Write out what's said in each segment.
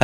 はい。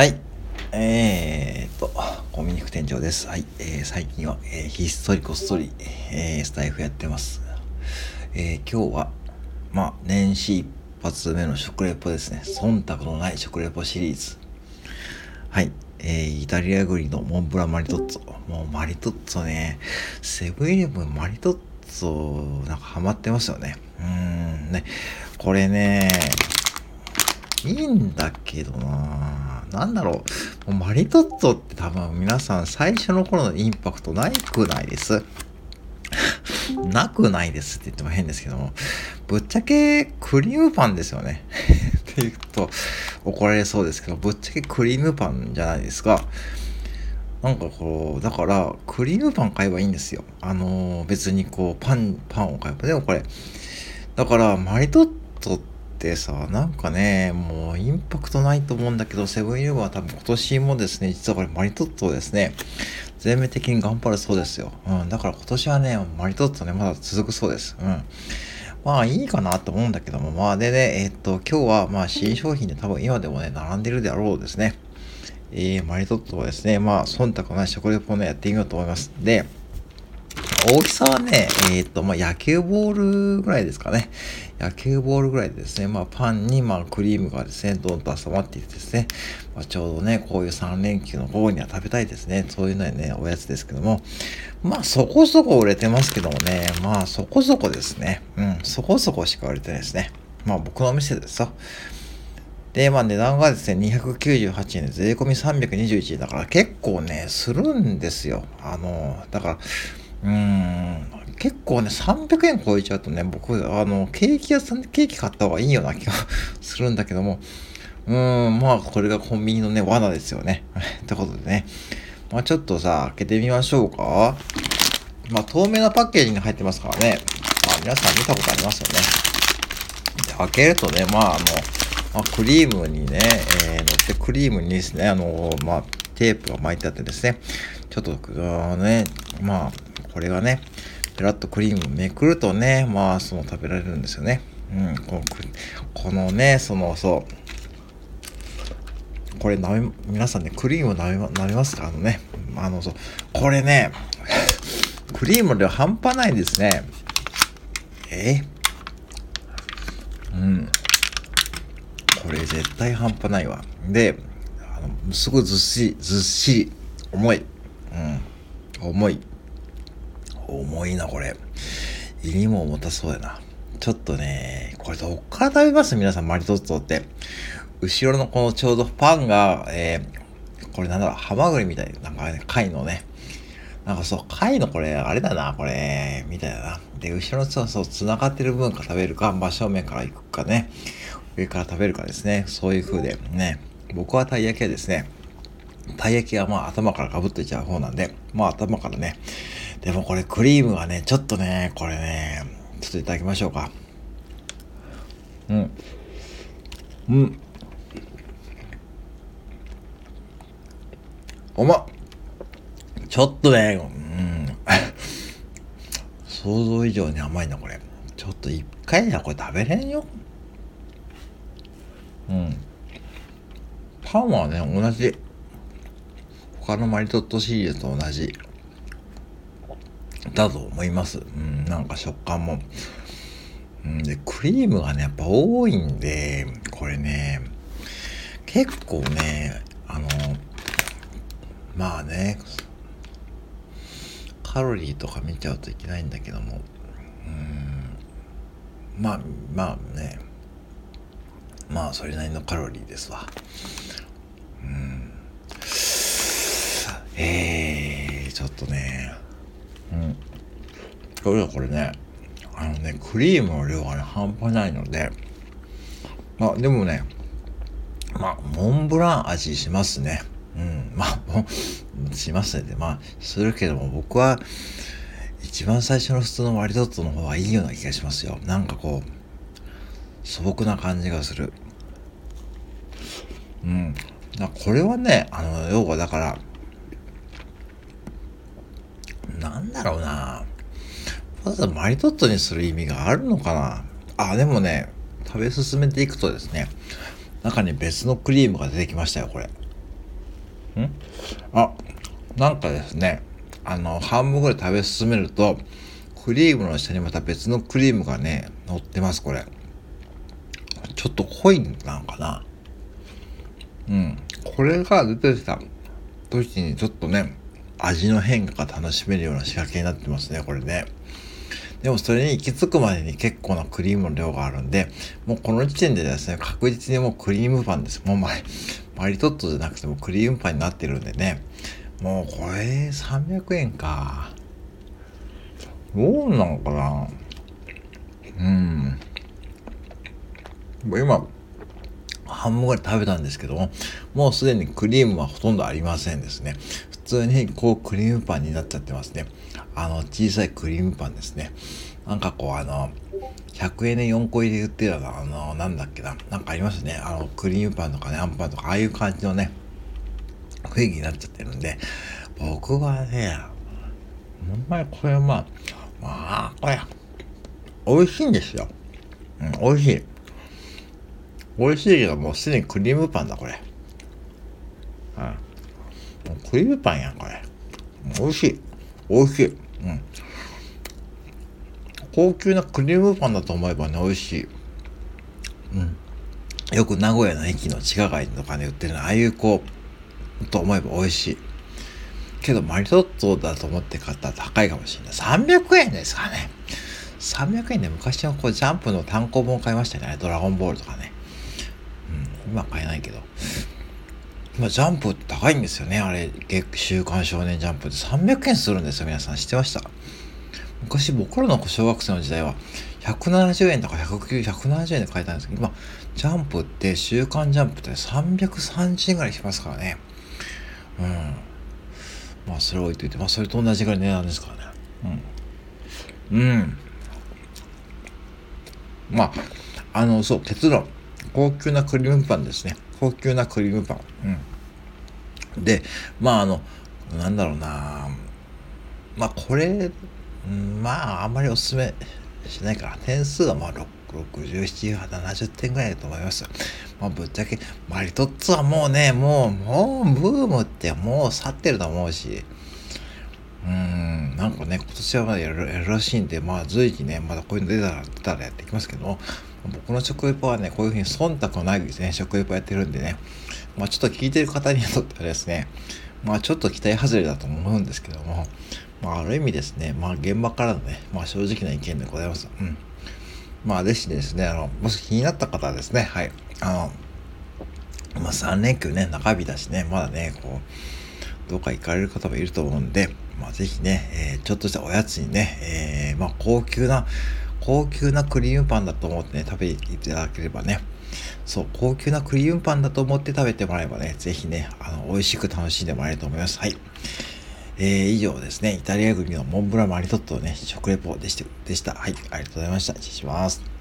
コミュニク店長です。はい。最近は、ひっそりこっそり、スタイフやってます。今日は、年始一発目の食レポですね。忖度のない食レポシリーズ。はい。イタリア栗のモンブランマリトッツォ。もうマリトッツォね、セブンイレブンマリトッツォ、なんかハマってますよね。ね。これね、いいんだけどなんだろう。もうマリトッツォって多分皆さん最初の頃のインパクトないくないです。なくないですって言っても変ですけども、ぶっちゃけクリームパンですよね。って言うと怒られそうですけど、ぶっちゃけクリームパンじゃないですか。なんかこう、だからクリームパン買えばいいんですよ。別にこうパンを買えばでもこれ。だからマリトッツォってさ、なんかね、もうインパクトないと思うんだけど、セブンイレブンは多分今年もですね、実はこれマリトッツォをですね、全面的に頑張るそうですよ。だから今年はね、マリトッツォね、まだ続くそうです。まあいいかなと思うんだけども、でね、今日は新商品で多分今でもね、並んでるであろうですね。マリトッツォはですね、忖度ない食レポをね、やってみようと思います。で、大きさはね、野球ボールぐらいですかね。野球ボールぐらいでですね、パンにクリームがですね、どんと挟まっていてですね、ちょうどね、こういう3連休の午後には食べたいですね。そういうのはね、おやつですけども、そこそこ売れてますけどもね、そこそこですね。そこそこしか売れてないですね。僕の店ですよ。で、値段がですね、298円で税込み321円だから結構ね、するんですよ。だから、結構ね、300円超えちゃうとね、僕、ケーキ屋さんでケーキ買った方がいいような気がするんだけども、これがコンビニのね、罠ですよね。ってことでね、ちょっとさ、開けてみましょうか。透明なパッケージに入ってますからね。皆さん見たことありますよね。で、開けるとね、クリームにね、乗ってクリームにですね、テープが巻いてあってですね、ちょっと、ね、これがね、ペラッとクリームめくるとね、食べられるんですよね。このね、これ皆さんね、クリーム舐めますかこれね、クリームの量半端ないですね。これ絶対半端ないわ。で、すごいずっしり、重い。重い。重いな、これ。胃にも重たそうやな。ちょっとね、これどっから食べます皆さん、マリトッツォって。後ろのこのちょうどパンが、これなんだろう、ハマグリみたいな、なんかね、貝のね、貝のこれ、あれだな、これ、みたいだな。で、後ろの繋がってる部分から食べるか、真正面から行くかね、上から食べるかですね。そういう風で、ね、僕はたい焼きはですね、たい焼きは頭からかぶっていっちゃう方なんで、頭からね。でもこれクリームがね、ちょっとね、これね、ちょっといただきましょうか。うまっ。ちょっとね、想像以上に甘いな、これ。ちょっと一回じゃこれ食べれんよ。パンはね、同じ。他のマリトットシリーズと同じ。だと思います。なんか食感も。で、クリームがね、やっぱ多いんで、これね、結構ね、カロリーとか見ちゃうといけないんだけども、ね、それなりのカロリーですわ。ちょっとね、これね、クリームの量がね、半端ないので、でもね、モンブラン味しますね。しますね。するけども、僕は、一番最初の普通の割りドットの方がいいような気がしますよ。なんかこう、素朴な感じがする。これはね、要はだから、なんだろうな。わざわざマリトッツォにする意味があるのかな。でもね、食べ進めていくとですね、中に別のクリームが出てきましたよ、これ。 あ、なんかですね、半分ぐらい食べ進めると、クリームの下にまた別のクリームがね、乗ってます、これ。ちょっと濃いなのかな。これが出てきた時にちょっとね、味の変化が楽しめるような仕掛けになってますね、これね。でもそれに行き着くまでに結構なクリームの量があるんで、もうこの時点でですね、確実にもうクリームパンです。もうマリトッツォじゃなくてもクリームパンになってるんでね。もうこれ300円か。どうなのかな。今、半分ぐらい食べたんですけども、もうすでにクリームはほとんどありませんですね。普通にこうクリームパンになっちゃってますね。小さいクリームパンですね。なんかこう100円で4個入りで売ってるような、なんだっけな。なんかありますね。クリームパンとかね、あんパンとか、ああいう感じのね、雰囲気になっちゃってるんで、僕はね、ほんまにこれこれ、美味しいんですよ。美味しい。美味しいけど、もうすでにクリームパンだ、これ。もうクリームパンやん、これ。美味しい。美味しい。高級なクリームパンだと思えばね、美味しい。よく名古屋の駅の地下街とかで売ってるの、ああいうと思えば美味しい。けど、マリトッツォだと思って買ったら高いかもしれない。300円ですかね。300円で昔のジャンプの単行本買いましたね。ドラゴンボールとかね。今買えないけど。今ジャンプ高いんですよね。あれ、週刊少年ジャンプで300円するんですよ。皆さん知ってました？昔僕らの小学生の時代は170円とか170円で買えたんですけど、今、ジャンプって週刊ジャンプって330円ぐらいしますからね。それ置いといて、それと同じぐらい値段ですからね。そう、結論。高級なクリームパンですね。高級なクリームパン。で、なんだろうな。これ、あんまりおすすめしないから、点数は67、70点ぐらいだと思います。ぶっちゃけ、マリトッツォはもうね、もうブームってもう去ってると思うし、なんかね、今年はまだやるらしいんで、随時ね、まだこういうの出たらやっていきますけど、僕の食レポはね、こういうふうに忖度ないですね、食レポやってるんでね、ちょっと聞いてる方にとってはですね、ちょっと期待外れだと思うんですけども、ある意味ですね、現場からのね、正直な意見でございます。ぜひですね、もし気になった方はですね、はい、3連休ね、中日だしね、まだね、どっか行かれる方もいると思うんで、ぜひね、ちょっとしたおやつにね、高級なクリームパンだと思ってね、食べていただければね、そう、高級なクリームパンだと思って食べてもらえばね、ぜひね、美味しく楽しんでもらえると思います。はい。以上ですね、イタリア組のモンブランマリトッツォね、食レポでした。はい、ありがとうございました。失礼します。